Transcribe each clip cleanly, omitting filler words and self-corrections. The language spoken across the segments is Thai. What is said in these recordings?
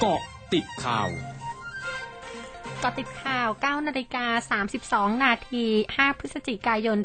เกาะติดข่าวเกาะติดข่าว 9:32 นาที 5 พฤศจิกายน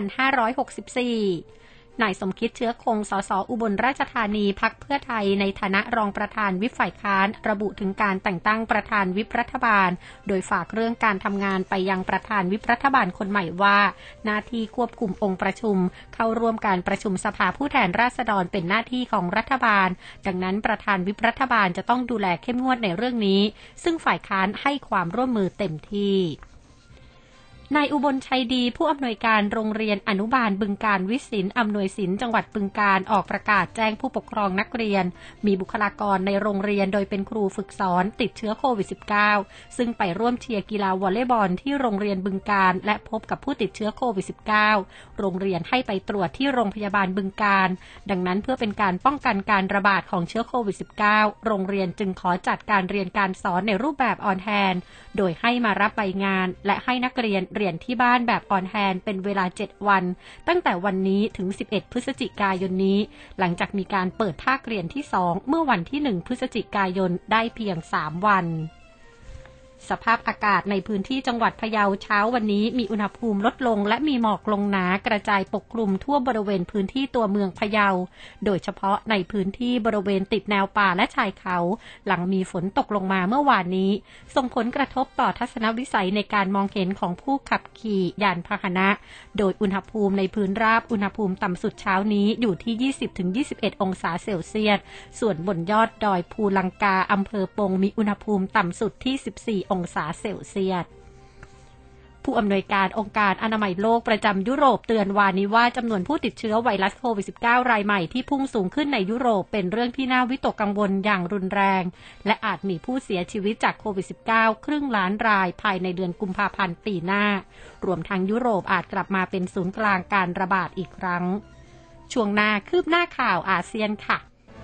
2564นายสมคิดเชื้อคง สส.อุบลราชธานีพรรคเพื่อไทยในฐานะรองประธานวิปฝ่ายค้านระบุถึงการแต่งตั้งประธานวิปรัฐบาลโดยฝากเรื่องการทำงานไปยังประธานวิปรัฐบาลคนใหม่ว่าหน้าที่ควบคุมองค์ประชุมเข้าร่วมการประชุมสภาผู้แทนราษฎรเป็นหน้าที่ของรัฐบาลดังนั้นประธานวิปรัฐบาลจะต้องดูแลเข้มงวดในเรื่องนี้ซึ่งฝ่ายค้านให้ความร่วมมือเต็มที่นายอุบลชัยดีผู้อำนวยการโรงเรียนอนุบาลบึงการวิสินอำนวยสินจังหวัดบึงการออกประกาศแจ้งผู้ปกครองนักเรียนมีบุคลากรในโรงเรียนโดยเป็นครูฝึกสอนติดเชื้อโควิด -19 ซึ่งไปร่วมเชียร์กีฬาวอลเลย์บอลที่โรงเรียนบึงการและพบกับผู้ติดเชื้อโควิด -19 โรงเรียนให้ไปตรวจที่โรงพยาบาลบึงการดังนั้นเพื่อเป็นการป้องกันการระบาดของเชื้อโควิด -19 โรงเรียนจึงขอจัดการเรียนการสอนในรูปแบบออนแฮนด์โดยให้มารับใบงานและให้นักเรียนเรียนที่บ้านแบบออนแฮนด์เป็นเวลา7วันตั้งแต่วันนี้ถึง11พฤศจิกายนนี้หลังจากมีการเปิดภาคเรียนที่2เมื่อวันที่1พฤศจิกายนได้เพียง3วันสภาพอากาศในพื้นที่จังหวัดพะเยาเช้าวันนี้มีอุณหภูมิลดลงและมีหมอกลงหนากระจายปกคลุมทั่วบริเวณพื้นที่ตัวเมืองพะเยาโดยเฉพาะในพื้นที่บริเวณติดแนวป่าและชายเขาหลังมีฝนตกลงมาเมื่อวานนี้ส่งผลกระทบต่อทัศนวิสัยในการมองเห็นของผู้ขับขี่ยานพาหนะโดยอุณหภูมิในพื้นราบอุณหภูมิต่ำสุดเช้านี้อยู่ที่ 20-21 องศาเซลเซียสส่วนบนยอดดอยภูลังกาอำเภอปงมีอุณหภูมิต่ำสุดที่14องศาเซลเซียสผู้อำนวยการองค์การอนามัยโลกประจำยุโรปเตือนวานนี้ว่าจำนวนผู้ติดเชื้อไวรัสโควิด -19 รายใหม่ที่พุ่งสูงขึ้นในยุโรปเป็นเรื่องที่น่าวิตกกังวลอย่างรุนแรงและอาจมีผู้เสียชีวิตจากโควิด -19 ครึ่งล้านรายภายในเดือนกุมภาพันธ์ปีหน้ารวมทั้งยุโรปอาจกลับมาเป็นศูนย์กลางการระบาดอีกครั้งช่วงหน้าคืบหน้าข่าวอาเซียนค่ะ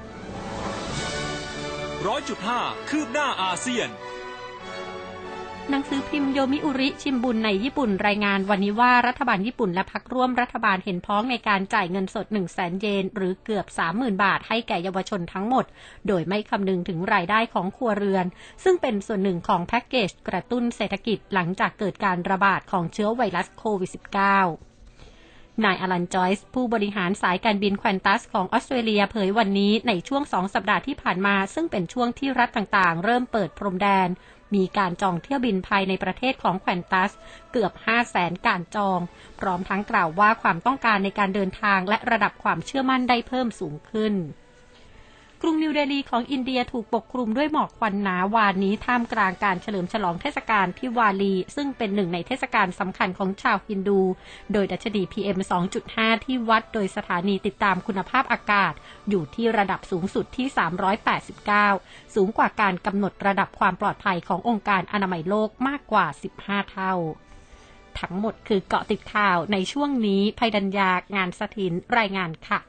100.5 คืบหน้าอาเซียนหนังสือพิมพ์โยมิอุริชิมบุนในญี่ปุ่นรายงานวันนี้ว่ารัฐบาลญี่ปุ่นและพรรคร่วมรัฐบาลเห็นพ้องในการจ่ายเงินสด 100,000 เยนหรือเกือบ 30,000 บาทให้แก่เยาวชนทั้งหมดโดยไม่คำนึงถึงรายได้ของครัวเรือนซึ่งเป็นส่วนหนึ่งของแพ็กเกจกระตุ้นเศรษฐกิจหลังจากเกิดการระบาดของเชื้อไวรัสโควิด -19 นายอลันจอยส์ผู้บริหารสายการบินแควนตัสของออสเตรเลียเผยวันนี้ในช่วง2สัปดาห์ที่ผ่านมาซึ่งเป็นช่วงที่รัฐต่างๆเริ่มเปิดพรมแดนมีการจองเที่ยวบินภายในประเทศของแควนตัสเกือบ 500,000 การจองพร้อมทั้งกล่าวว่าความต้องการในการเดินทางและระดับความเชื่อมั่นได้เพิ่มสูงขึ้นกรุงนิวเดลีของอินเดียถูกปกคลุมด้วยหมอกควันหนาวานนี้ท่ามกลางการเฉลิมฉลองเทศกาลทิวาลีซึ่งเป็นหนึ่งในเทศกาลสำคัญของชาวฮินดูโดยดัชนี PM 2.5 ที่วัดโดยสถานีติดตามคุณภาพอากาศอยู่ที่ระดับสูงสุดที่389สูงกว่าการกำหนดระดับความปลอดภัยขององค์การอนามัยโลกมากกว่า15เท่าทั้งหมดคือเกาะติดข่าวในช่วงนี้ภัยดัญญางานสถินรายงานค่ะ